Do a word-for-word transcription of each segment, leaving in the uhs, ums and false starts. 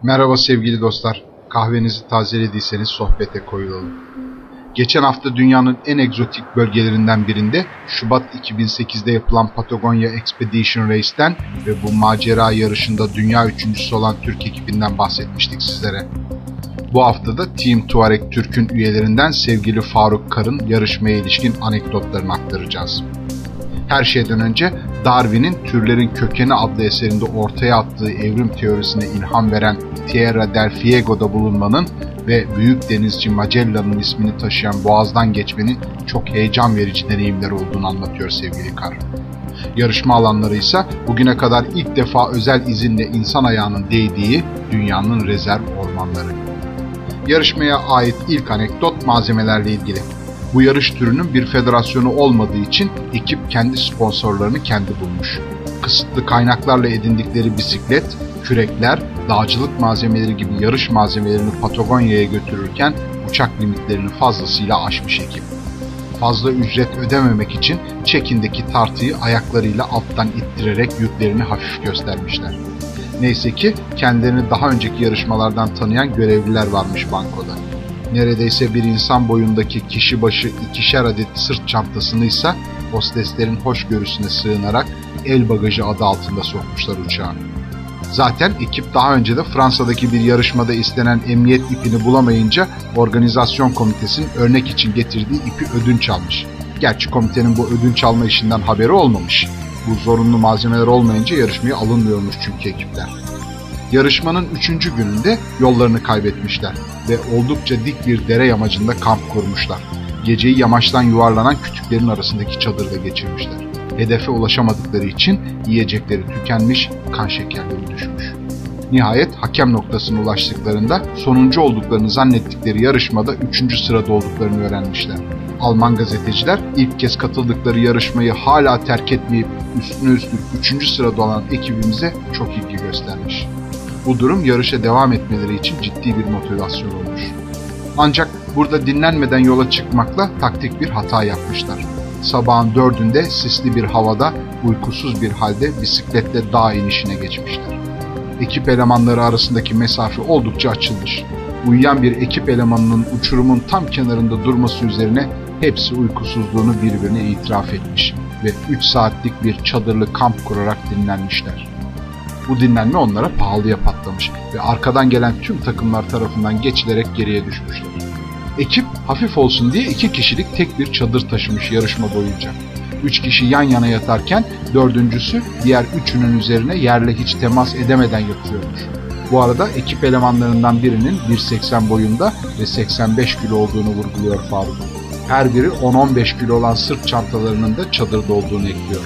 Merhaba sevgili dostlar. Kahvenizi tazelediyseniz sohbete koyulalım. Geçen hafta dünyanın en egzotik bölgelerinden birinde Şubat iki bin sekizde yapılan Patagonia Expedition Race'ten ve bu macera yarışında dünya üçüncüsü olan Türk ekibinden bahsetmiştik sizlere. Bu hafta da Team Tuareg Türk'ün üyelerinden sevgili Faruk Kar'ın yarışmaya ilişkin anekdotlarını aktaracağız. Her şeyden önce Darwin'in Türlerin Kökeni adlı eserinde ortaya attığı evrim teorisine ilham veren Tierra del Fuego'da bulunmanın ve büyük denizci Magellan'ın ismini taşıyan boğazdan geçmenin çok heyecan verici deneyimler olduğunu anlatıyor sevgili Kar. Yarışma alanları ise bugüne kadar ilk defa özel izinle insan ayağının değdiği dünyanın rezerv ormanları. Yarışmaya ait ilk anekdot malzemelerle ilgili. Bu yarış türünün bir federasyonu olmadığı için ekip kendi sponsorlarını kendi bulmuş. Kısıtlı kaynaklarla edindikleri bisiklet, kürekler, dağcılık malzemeleri gibi yarış malzemelerini Patagonya'ya götürürken uçak limitlerini fazlasıyla aşmış ekip. Fazla ücret ödememek için check-in'deki tartıyı ayaklarıyla alttan ittirerek yüklerini hafif göstermişler. Neyse ki kendilerini daha önceki yarışmalardan tanıyan görevliler varmış bankoda. Neredeyse bir insan boyundaki kişi başı ikişer adet sırt çantasını ise hosteslerin hoşgörüsüne sığınarak el bagajı adı altında sokmuşlar uçağa. Zaten ekip daha önce de Fransa'daki bir yarışmada istenen emniyet ipini bulamayınca organizasyon komitesinin örnek için getirdiği ipi ödünç almış. Gerçi komitenin bu ödünç alma işinden haberi olmamış. Bu zorunlu malzemeler olmayınca yarışmaya alınmıyormuş çünkü ekipler. Yarışmanın üçüncü gününde yollarını kaybetmişler ve oldukça dik bir dere yamacında kamp kurmuşlar. Geceyi yamaçtan yuvarlanan kütüklerin arasındaki çadırda geçirmişler. Hedefe ulaşamadıkları için yiyecekleri tükenmiş, kan şekerleri düşmüş. Nihayet hakem noktasına ulaştıklarında sonuncu olduklarını zannettikleri yarışmada üçüncü sırada olduklarını öğrenmişler. Alman gazeteciler ilk kez katıldıkları yarışmayı hala terk etmeyip üstüne üstlük üçüncü sırada olan ekibimize çok ilgi göstermiş. Bu durum yarışa devam etmeleri için ciddi bir motivasyon olmuş. Ancak burada dinlenmeden yola çıkmakla taktik bir hata yapmışlar. Sabahın dördünde sisli bir havada uykusuz bir halde bisikletle dağ inişine geçmişler. Ekip elemanları arasındaki mesafe oldukça açılmış. Uyuyan bir ekip elemanının uçurumun tam kenarında durması üzerine hepsi uykusuzluğunu birbirine itiraf etmiş ve üç saatlik bir çadırlı kamp kurarak dinlenmişler. Bu dinlenme onlara pahalıya patlamış ve arkadan gelen tüm takımlar tarafından geçilerek geriye düşmüşler. Ekip hafif olsun diye iki kişilik tek bir çadır taşımış yarışma boyunca. Üç kişi yan yana yatarken dördüncüsü diğer üçünün üzerine yerle hiç temas edemeden yatıyormuş. Bu arada ekip elemanlarından birinin bir seksen boyunda ve seksen beş kilo olduğunu vurguluyor Faruk. Her biri on on beş kilo olan sırt çantalarının da çadırda olduğunu ekliyor.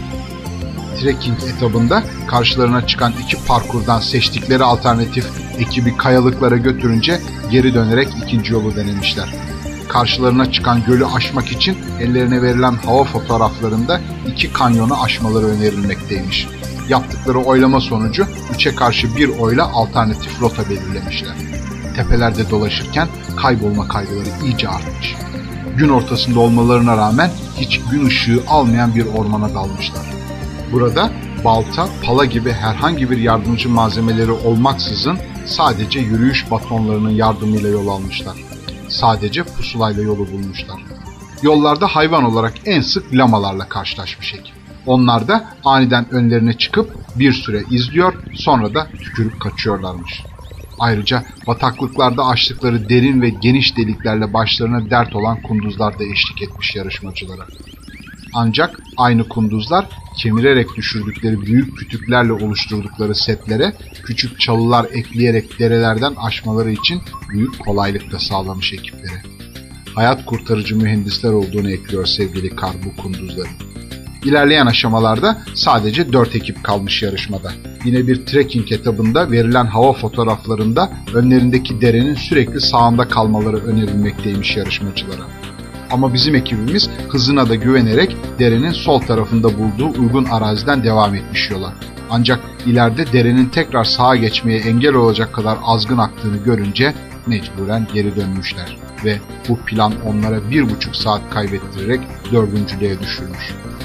Trekking etabında karşılarına çıkan iki parkurdan seçtikleri alternatif ekibi kayalıklara götürünce geri dönerek ikinci yolu denemişler. Karşılarına çıkan gölü aşmak için ellerine verilen hava fotoğraflarında iki kanyonu aşmaları önerilmekteymiş. Yaptıkları oylama sonucu üçe karşı bir oyla alternatif rota belirlemişler. Tepelerde dolaşırken kaybolma kaygıları iyice artmış. Gün ortasında olmalarına rağmen hiç gün ışığı almayan bir ormana dalmışlar. Burada balta, pala gibi herhangi bir yardımcı malzemeleri olmaksızın sadece yürüyüş batonlarının yardımıyla yol almışlar. Sadece pusulayla yolu bulmuşlar. Yollarda hayvan olarak en sık lamalarla karşılaşmış ekip. Onlar da aniden önlerine çıkıp bir süre izliyor, sonra da tükürüp kaçıyorlarmış. Ayrıca bataklıklarda açtıkları derin ve geniş deliklerle başlarına dert olan kunduzlar da eşlik etmiş yarışmacılara. Ancak aynı kunduzlar kemirerek düşürdükleri büyük kütüklerle oluşturdukları setlere küçük çalılar ekleyerek derelerden aşmaları için büyük kolaylık da sağlamış ekiplere. Hayat kurtarıcı mühendisler olduğunu ekliyor sevgili Kar bu kunduzların. İlerleyen aşamalarda sadece dört ekip kalmış yarışmada. Yine bir trekking etabında verilen hava fotoğraflarında önlerindeki derenin sürekli sağında kalmaları önerilmekteymiş yarışmacılara. Ama bizim ekibimiz hızına da güvenerek derenin sol tarafında bulduğu uygun araziden devam etmiş yola. Ancak ileride derenin tekrar sağa geçmeye engel olacak kadar azgın aktığını görünce mecburen geri dönmüşler. Ve bu plan onlara bir buçuk saat kaybettirerek dördüncülüğe düşürmüş.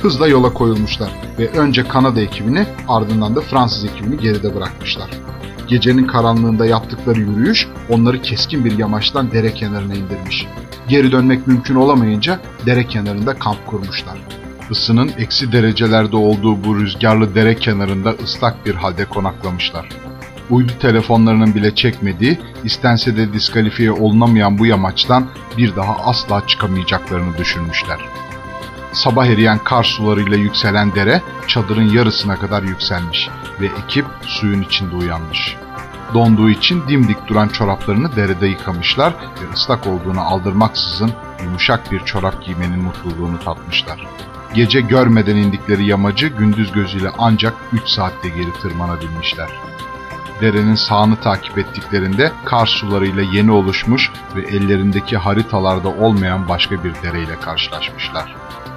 hızla yola koyulmuşlar ve önce Kanada ekibini ardından da Fransız ekibini geride bırakmışlar. Gecenin karanlığında yaptıkları yürüyüş onları keskin bir yamaçtan dere kenarına indirmiş. Geri dönmek mümkün olamayınca dere kenarında kamp kurmuşlar. Isının eksi derecelerde olduğu bu rüzgarlı dere kenarında ıslak bir halde konaklamışlar. Uydu telefonlarının bile çekmediği, istense de diskalifiye olunamayan bu yamaçtan bir daha asla çıkamayacaklarını düşünmüşler. Sabah eriyen kar sularıyla yükselen dere çadırın yarısına kadar yükselmiş ve ekip suyun içinde uyanmış. Donduğu için dimdik duran çoraplarını derede yıkamışlar ve ıslak olduğunu aldırmaksızın yumuşak bir çorap giymenin mutluluğunu tatmışlar. Gece görmeden indikleri yamacı gündüz gözüyle ancak üç saatte geri tırmanabilmişler. Derenin sağını takip ettiklerinde kar sularıyla yeni oluşmuş ve ellerindeki haritalarda olmayan başka bir dereyle karşılaşmışlar.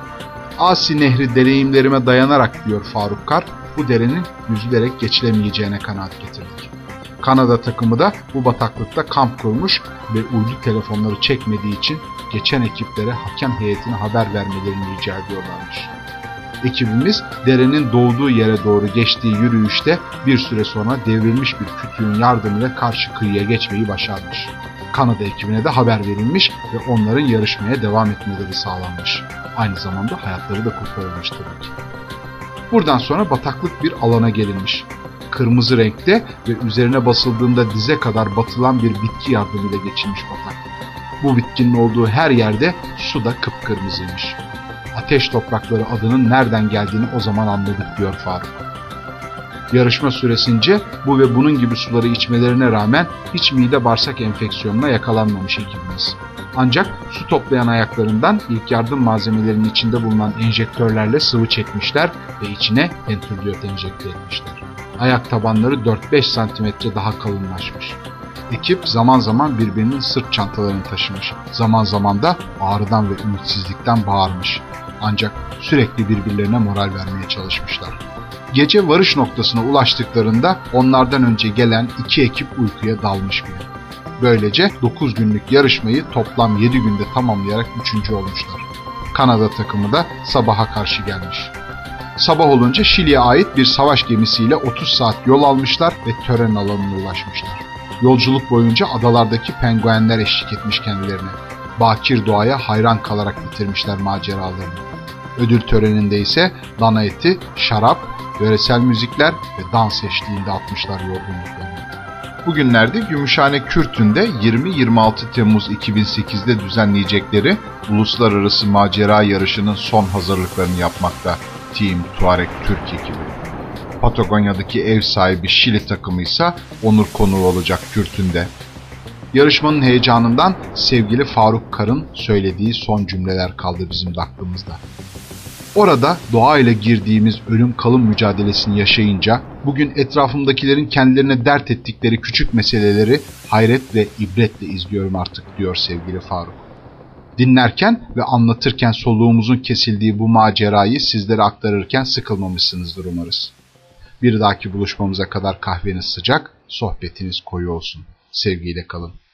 Asi Nehri deneyimlerime dayanarak diyor Faruk Kar, bu derenin yüzülerek geçilemeyeceğine kanaat getirdik. Kanada takımı da bu bataklıkta kamp kurmuş ve uydu telefonları çekmediği için geçen ekiplere hakem heyetine haber vermelerini rica ediyorlarmış. Ekibimiz derenin doğduğu yere doğru geçtiği yürüyüşte bir süre sonra devrilmiş bir kütüğün yardımıyla karşı kıyıya geçmeyi başarmış. Kanada ekibine de haber verilmiş ve onların yarışmaya devam etmeleri sağlanmış. Aynı zamanda hayatları da kurtarılmış tabii ki. Buradan sonra bataklık bir alana gelinmiş. Kırmızı renkte ve üzerine basıldığında dize kadar batılan bir bitki yardımıyla geçilmiş bataklık. Bu bitkinin olduğu her yerde su da kıpkırmızıymış. Ateş toprakları adının nereden geldiğini o zaman anladık diyor Faruk. Yarışma süresince bu ve bunun gibi suları içmelerine rağmen hiç mide bağırsak enfeksiyonuna yakalanmamış ekibimiz. Ancak su toplayan ayaklarından ilk yardım malzemelerinin içinde bulunan enjektörlerle sıvı çekmişler ve içine pentürdiyot enjekte etmişler. Ayak tabanları dört beş santimetre daha kalınlaşmış. Ekip zaman zaman birbirinin sırt çantalarını taşımış, zaman zaman da ağrıdan ve ümitsizlikten bağırmış. Ancak sürekli birbirlerine moral vermeye çalışmışlar. Gece varış noktasına ulaştıklarında onlardan önce gelen iki ekip uykuya dalmış bile. Böylece dokuz günlük yarışmayı toplam yedi günde tamamlayarak üçüncü olmuşlar. Kanada takımı da sabaha karşı gelmiş. Sabah olunca Şili'ye ait bir savaş gemisiyle otuz saat yol almışlar ve tören alanına ulaşmışlar. Yolculuk boyunca adalardaki penguenler eşlik etmiş kendilerine. Bakir doğaya hayran kalarak bitirmişler maceralarını. Ödül töreninde ise dana eti, şarap, yöresel müzikler ve dans eşliğinde atmışlar yorgunluklarını. Bugünlerde Gümüşhane Kürtün'de yirmi yirmi altı Temmuz iki bin sekizde düzenleyecekleri uluslararası macera yarışının son hazırlıklarını yapmakta Team Tuareg Türk ekibi. Patagonya'daki ev sahibi Şili takımı ise onur konuğu olacak Kürtün'de. Yarışmanın heyecanından sevgili Faruk Kar'ın söylediği son cümleler kaldı bizim de aklımızda. Orada doğayla girdiğimiz ölüm kalım mücadelesini yaşayınca bugün etrafımdakilerin kendilerine dert ettikleri küçük meseleleri hayret ve ibretle izliyorum artık diyor sevgili Faruk. Dinlerken ve anlatırken soluğumuzun kesildiği bu macerayı sizlere aktarırken sıkılmamışsınızdır umarız. Bir dahaki buluşmamıza kadar kahveniz sıcak, sohbetiniz koyu olsun. Sevgiyle kalın.